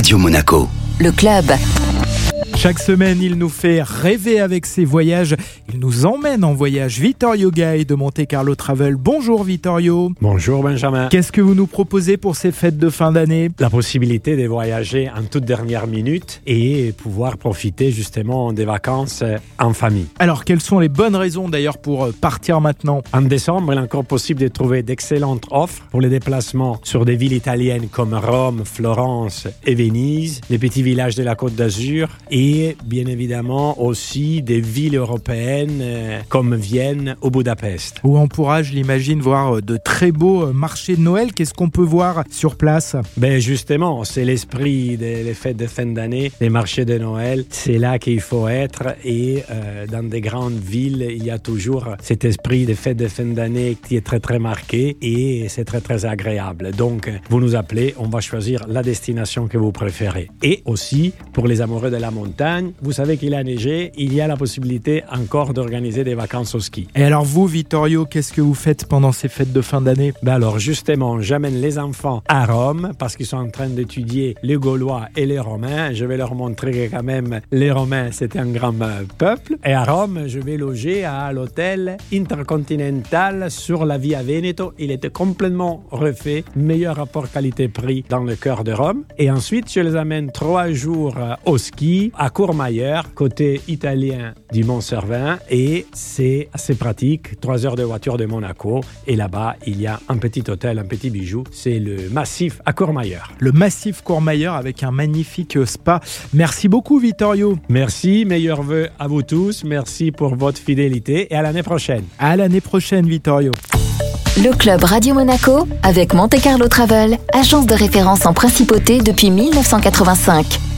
Radio Monaco. Le club. Chaque semaine, il nous fait rêver avec ses voyages. Il nous emmène en voyage. Vittorio Gay de Monte Carlo Travel. Bonjour Vittorio. Bonjour Benjamin. Qu'est-ce que vous nous proposez pour ces fêtes de fin d'année ? La possibilité de voyager en toute dernière minute et pouvoir profiter justement des vacances en famille. Alors, quelles sont les bonnes raisons d'ailleurs pour partir maintenant ? En décembre, il est encore possible de trouver d'excellentes offres pour les déplacements sur des villes italiennes comme Rome, Florence et Venise, les petits villages de la Côte d'Azur et bien évidemment aussi des villes européennes comme Vienne ou Budapest. Où on pourra, je l'imagine, voir de très beaux marchés de Noël. Qu'est-ce qu'on peut voir sur place ? Ben justement, c'est l'esprit des fêtes de fin d'année, les marchés de Noël. C'est là qu'il faut être et dans des grandes villes, il y a toujours cet esprit des fêtes de fin d'année qui est très très marqué et c'est très très agréable. Donc, vous nous appelez, on va choisir la destination que vous préférez. Et aussi, pour les amoureux de la montagne, vous savez qu'il a neigé, il y a la possibilité encore d'organiser des vacances au ski. Et alors vous, Vittorio, qu'est-ce que vous faites pendant ces fêtes de fin d'année ? Ben alors justement, j'amène les enfants à Rome parce qu'ils sont en train d'étudier les Gaulois et les Romains. Je vais leur montrer que quand même les Romains c'était un grand peuple. Et à Rome, je vais loger à l'hôtel Intercontinental sur la Via Veneto. Il était complètement refait, meilleur rapport qualité-prix dans le cœur de Rome. Et ensuite, je les amène 3 jours au ski à Courmayeur, côté italien du Mont-Cervin, et c'est assez pratique, 3 heures de voiture de Monaco, et là-bas, il y a un petit hôtel, un petit bijou, c'est le Massif à Courmayeur. Le Massif Courmayeur avec un magnifique spa. Merci beaucoup Vittorio. Merci, meilleurs vœux à vous tous, merci pour votre fidélité, et à l'année prochaine. À l'année prochaine Vittorio. Le club Radio Monaco avec Monte Carlo Travel, agence de référence en principauté depuis 1985.